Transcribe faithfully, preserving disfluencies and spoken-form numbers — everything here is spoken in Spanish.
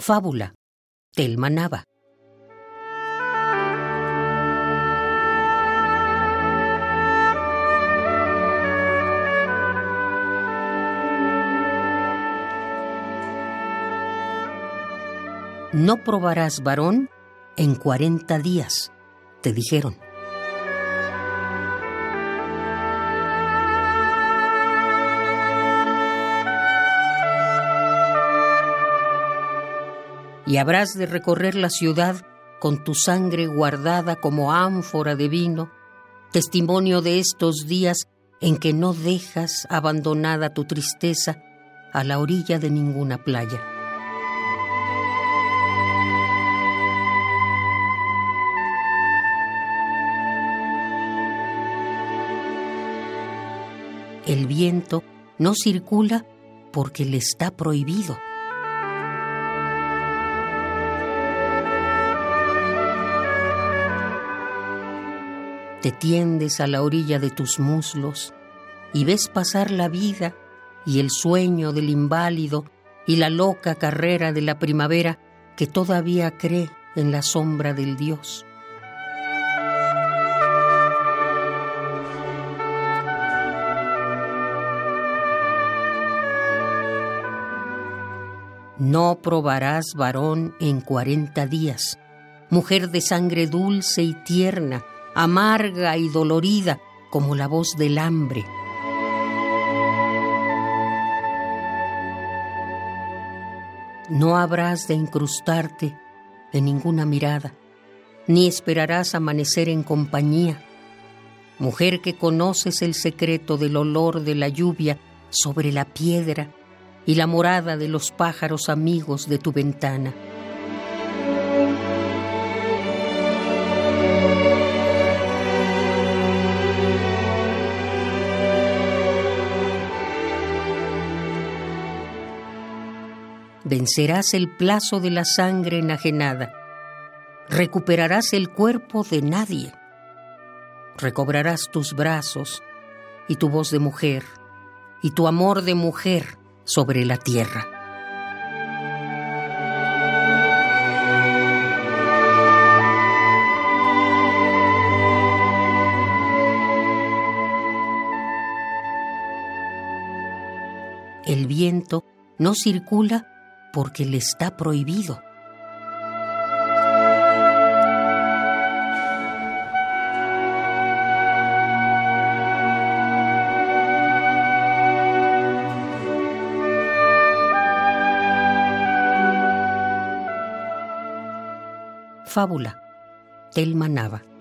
Fábula, Thelma Nava. No probarás varón en cuarenta días, te dijeron. Y habrás de recorrer la ciudad con tu sangre guardada como ánfora de vino, testimonio de estos días en que no dejas abandonada tu tristeza a la orilla de ninguna playa. El viento no circula porque le está prohibido. Te tiendes a la orilla de tus muslos y ves pasar la vida y el sueño del inválido y la loca carrera de la primavera que todavía cree en la sombra del Dios. No probarás varón en cuarenta días, mujer de sangre dulce y tierna, amarga y dolorida como la voz del hambre. No habrás de incrustarte en ninguna mirada, ni esperarás amanecer en compañía. Mujer que conoces el secreto del olor de la lluvia sobre la piedra y la morada de los pájaros amigos de tu ventana. Vencerás el plazo de la sangre enajenada. Recuperarás el cuerpo de nadie. Recobrarás tus brazos y tu voz de mujer y tu amor de mujer sobre la tierra. El viento no circula porque le está prohibido. Fábula, Thelma Nava.